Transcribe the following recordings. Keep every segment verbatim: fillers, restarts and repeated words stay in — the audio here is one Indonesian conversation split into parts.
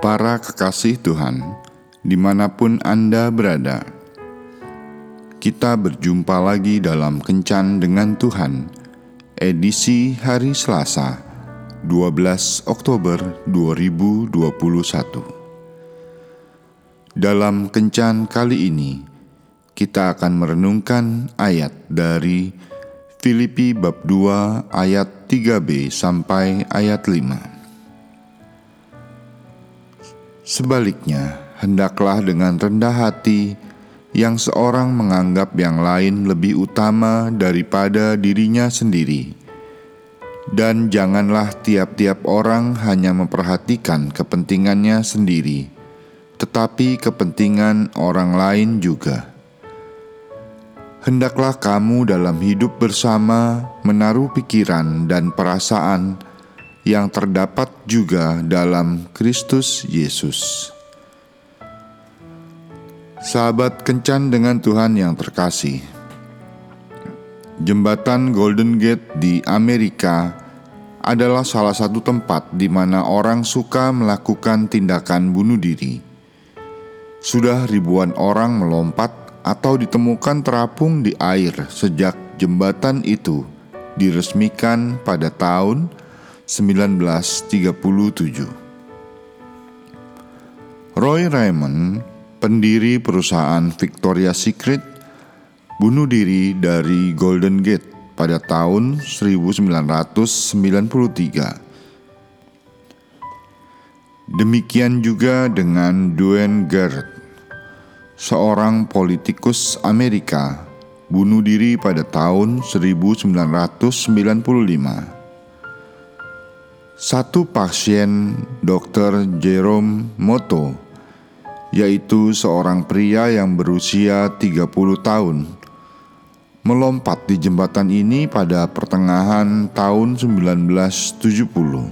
Para kekasih Tuhan, dimanapun Anda berada, kita berjumpa lagi dalam Kencan dengan Tuhan, edisi hari Selasa, dua belas Oktober dua ribu dua puluh satu. Dalam Kencan kali ini, kita akan merenungkan ayat dari Filipi bab dua ayat tiga b sampai ayat lima. Sebaliknya, hendaklah dengan rendah hati yang seorang menganggap yang lain lebih utama daripada dirinya sendiri. Dan janganlah tiap-tiap orang hanya memperhatikan kepentingannya sendiri, tetapi kepentingan orang lain juga. Hendaklah kamu dalam hidup bersama menaruh pikiran dan perasaan yang terdapat juga dalam Kristus Yesus. Sahabat Kencan dengan Tuhan yang terkasih, jembatan Golden Gate di Amerika adalah salah satu tempat di mana orang suka melakukan tindakan bunuh diri. Sudah ribuan orang melompat atau ditemukan terapung di air sejak jembatan itu diresmikan pada tahun seribu sembilan ratus tiga puluh tujuh. Roy Raymond, pendiri perusahaan Victoria's Secret, bunuh diri dari Golden Gate pada tahun seribu sembilan ratus sembilan puluh tiga. Demikian juga dengan Duane Garrett, seorang politikus Amerika, bunuh diri pada tahun seribu sembilan ratus sembilan puluh lima. Satu pasien dokter Jerome Motto, yaitu seorang pria yang berusia tiga puluh tahun, melompat di jembatan ini pada pertengahan tahun seribu sembilan ratus tujuh puluh.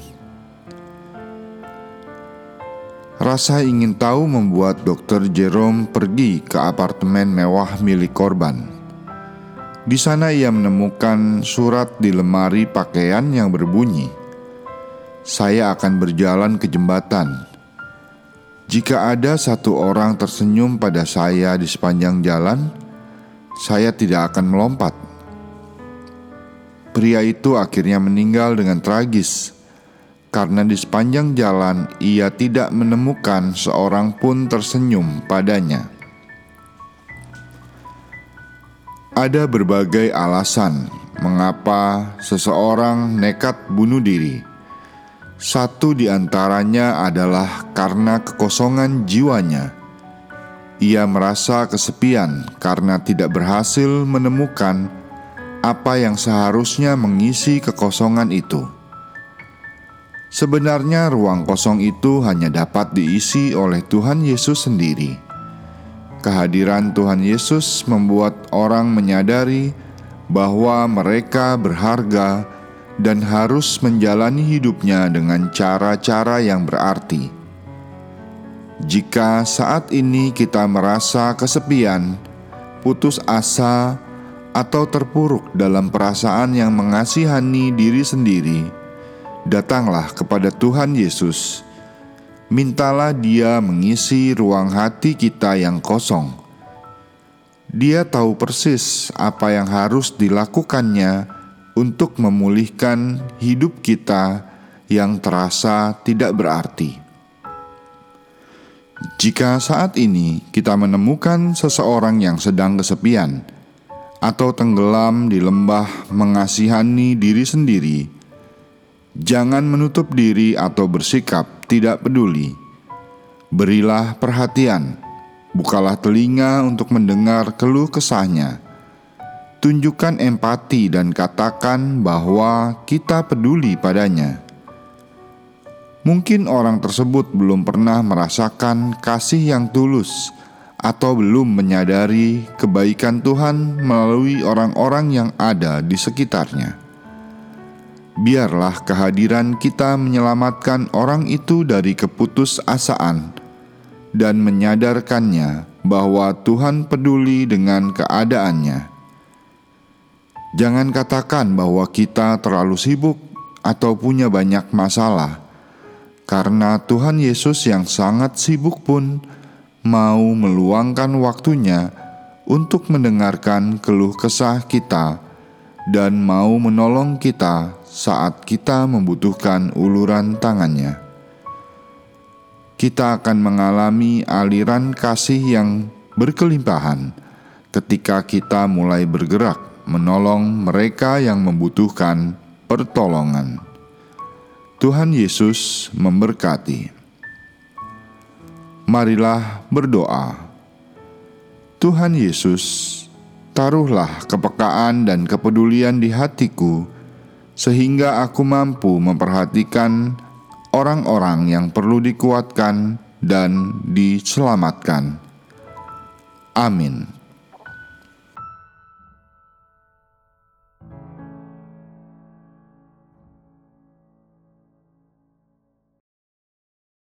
Rasa ingin tahu membuat dokter Jerome pergi ke apartemen mewah milik korban. Di sana ia menemukan surat di lemari pakaian yang berbunyi, "Saya akan berjalan ke jembatan. Jika ada satu orang tersenyum pada saya di sepanjang jalan, saya tidak akan melompat." Pria itu akhirnya meninggal dengan tragis, karena di sepanjang jalan ia tidak menemukan seorang pun tersenyum padanya. Ada berbagai alasan mengapa seseorang nekat bunuh diri. Satu di antaranya adalah karena kekosongan jiwanya. Ia merasa kesepian karena tidak berhasil menemukan apa yang seharusnya mengisi kekosongan itu. Sebenarnya ruang kosong itu hanya dapat diisi oleh Tuhan Yesus sendiri. Kehadiran Tuhan Yesus membuat orang menyadari bahwa mereka berharga dan harus menjalani hidupnya dengan cara-cara yang berarti. Jika saat ini kita merasa kesepian, putus asa, atau terpuruk dalam perasaan yang mengasihani diri sendiri, datanglah kepada Tuhan Yesus. Mintalah Dia mengisi ruang hati kita yang kosong. Dia tahu persis apa yang harus dilakukannya untuk memulihkan hidup kita yang terasa tidak berarti. Jika saat ini kita menemukan seseorang yang sedang kesepian atau tenggelam di lembah mengasihani diri sendiri, jangan menutup diri atau bersikap tidak peduli. Berilah perhatian, bukalah telinga untuk mendengar keluh kesahnya. Tunjukkan empati dan katakan bahwa kita peduli padanya. Mungkin orang tersebut belum pernah merasakan kasih yang tulus atau belum menyadari kebaikan Tuhan melalui orang-orang yang ada di sekitarnya. Biarlah kehadiran kita menyelamatkan orang itu dari keputusasaan dan menyadarkannya bahwa Tuhan peduli dengan keadaannya. Jangan katakan bahwa kita terlalu sibuk atau punya banyak masalah, karena Tuhan Yesus yang sangat sibuk pun mau meluangkan waktunya untuk mendengarkan keluh kesah kita dan mau menolong kita saat kita membutuhkan uluran tangannya. Kita akan mengalami aliran kasih yang berkelimpahan ketika kita mulai bergerak menolong mereka yang membutuhkan pertolongan. Tuhan Yesus memberkati. Marilah berdoa. Tuhan Yesus, taruhlah kepekaan dan kepedulian di hatiku, sehingga aku mampu memperhatikan orang-orang yang perlu dikuatkan dan diselamatkan. Amin.